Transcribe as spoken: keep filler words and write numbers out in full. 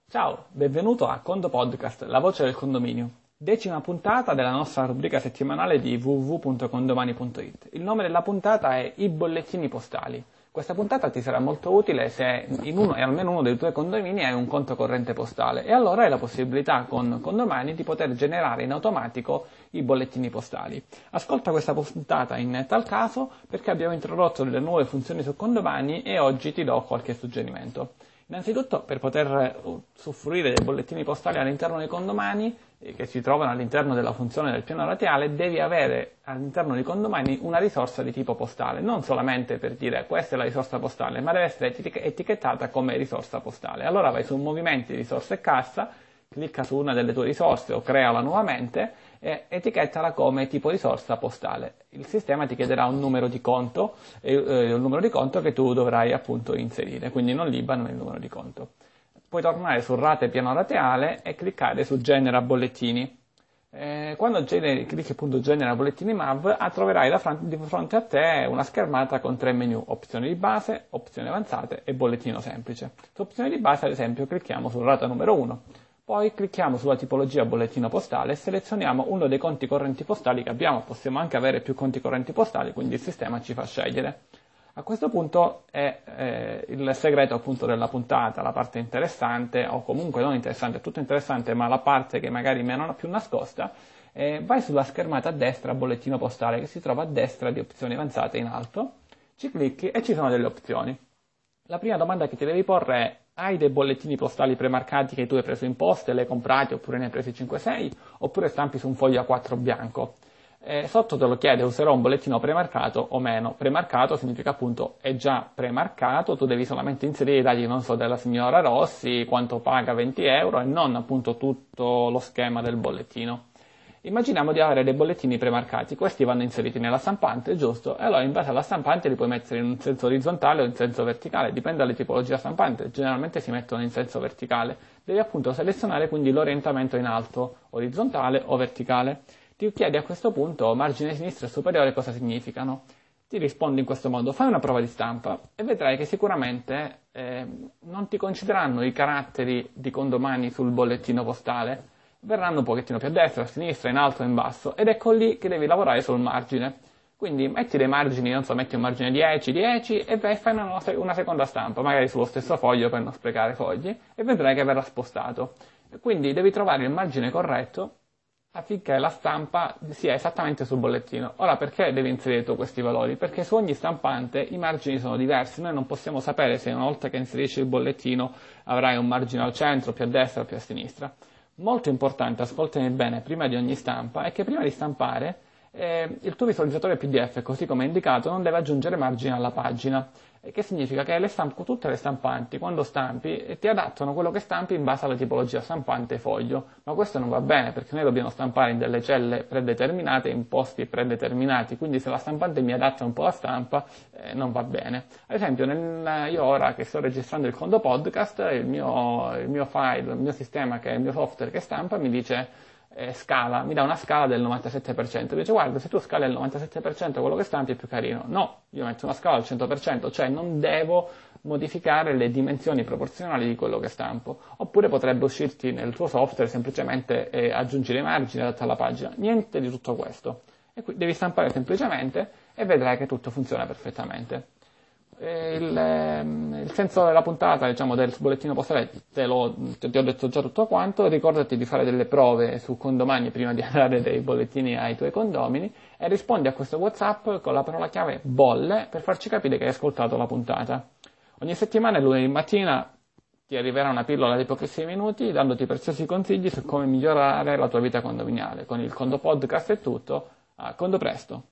Ciao, benvenuto a Condo Podcast, la voce del condominio. Decima puntata della nostra rubrica settimanale di w w w punto condomani punto i t. Il nome della puntata è I bollettini postali. Questa puntata ti sarà molto utile se in uno e almeno uno dei tuoi condomini hai un conto corrente postale e allora hai la possibilità con Condomani di poter generare in automatico i bollettini postali. Ascolta questa puntata in tal caso perché abbiamo introdotto delle nuove funzioni su Condomani e oggi ti do qualche suggerimento. Innanzitutto, per poter usufruire dei bollettini postali all'interno dei condomani, eh, che si trovano all'interno della funzione del piano radiale, devi avere all'interno dei condomani una risorsa di tipo postale, non solamente per dire questa è la risorsa postale, ma deve essere etichettata come risorsa postale. Allora vai su movimenti, risorse e cassa, clicca su una delle tue risorse o creala nuovamente e etichettala come tipo risorsa postale. Il sistema ti chiederà un numero di conto, e, eh, un numero di conto che tu dovrai appunto inserire, quindi non l'I B A N ma il numero di conto. Puoi tornare su rate piano rateale e cliccare su genera bollettini. Eh, quando generi, clicchi appunto genera bollettini M A V, ah, troverai da fronte, di fronte a te una schermata con tre menu: opzioni di base, opzioni avanzate e bollettino semplice. Su opzioni di base, ad esempio, clicchiamo su rata numero uno. Poi clicchiamo sulla tipologia bollettino postale e selezioniamo uno dei conti correnti postali che abbiamo. Possiamo anche avere più conti correnti postali, quindi il sistema ci fa scegliere. A questo punto è eh, il segreto appunto della puntata, la parte interessante, o comunque non interessante, è tutto interessante, ma la parte che magari meno più nascosta. Eh, vai sulla schermata a destra bollettino postale che si trova a destra di opzioni avanzate in alto, ci clicchi e ci sono delle opzioni. La prima domanda che ti devi porre è: hai dei bollettini postali premarcati che tu hai preso in posta e li hai comprati oppure ne hai presi cinque sei oppure stampi su un foglio A quattro bianco? Eh, sotto te lo chiede: userò un bollettino premarcato o meno. Premarcato significa appunto è già premarcato, tu devi solamente inserire i dati, non so, della signora Rossi, quanto paga venti euro e non appunto tutto lo schema del bollettino. Immaginiamo di avere dei bollettini premarcati, questi vanno inseriti nella stampante, giusto? E allora in base alla stampante li puoi mettere in senso orizzontale o in senso verticale, dipende dalle tipologie stampante, generalmente si mettono in senso verticale. Devi appunto selezionare quindi l'orientamento in alto, orizzontale o verticale. Ti chiedi a questo punto margine sinistro e superiore cosa significano. Ti rispondi in questo modo: fai una prova di stampa e vedrai che sicuramente eh, non ti concederanno i caratteri di condomani sul bollettino postale, verranno un pochettino più a destra, a sinistra, in alto e in basso, ed ecco lì che devi lavorare sul margine. Quindi metti dei margini, non so, metti un margine dieci, dieci e vai, fai una, una seconda stampa, magari sullo stesso foglio per non sprecare fogli, e vedrai che verrà spostato. Quindi devi trovare il margine corretto affinché la stampa sia esattamente sul bollettino. Ora, perché devi inserire tu questi valori? Perché su ogni stampante i margini sono diversi, noi non possiamo sapere se una volta che inserisci il bollettino avrai un margine al centro, più a destra o più a sinistra. Molto importante, ascoltami bene, prima di ogni stampa, è che prima di stampare eh, il tuo visualizzatore P D F, così come indicato, non deve aggiungere margine alla pagina. E che significa che le stamp- tutte le stampanti, quando stampi, eh, ti adattano quello che stampi in base alla tipologia stampante e foglio. Ma questo non va bene, perché noi dobbiamo stampare in delle celle predeterminate, in posti predeterminati, quindi se la stampante mi adatta un po' la stampa, eh, non va bene. Ad esempio, nel, io ora che sto registrando il Condo Podcast, il mio, il mio file, il mio sistema, che è il mio software che stampa, mi dice eh, scala, mi dà una scala del novantasette per cento. Dice: guarda, se tu scali al novantasette per cento quello che stampi è più carino. No, io metto una scala al cento per cento, cioè non devo modificare le dimensioni proporzionali di quello che stampo. Oppure potrebbe uscirti nel tuo software semplicemente eh, aggiungere i margini adatti alla pagina. Niente di tutto questo. E qui devi stampare semplicemente e vedrai che tutto funziona perfettamente. Il, ehm, il senso della puntata, diciamo, del bollettino postale te lo, te, ti ho detto già tutto quanto. Ricordati di fare delle prove su condomani prima di dare dei bollettini ai tuoi condomini e rispondi a questo WhatsApp con la parola chiave bolle per farci capire che hai ascoltato la puntata. Ogni settimana, lunedì mattina, ti arriverà una pillola di pochissimi minuti dandoti preziosi consigli su come migliorare la tua vita condominiale. Con il Condo Podcast è tutto, a Condo presto!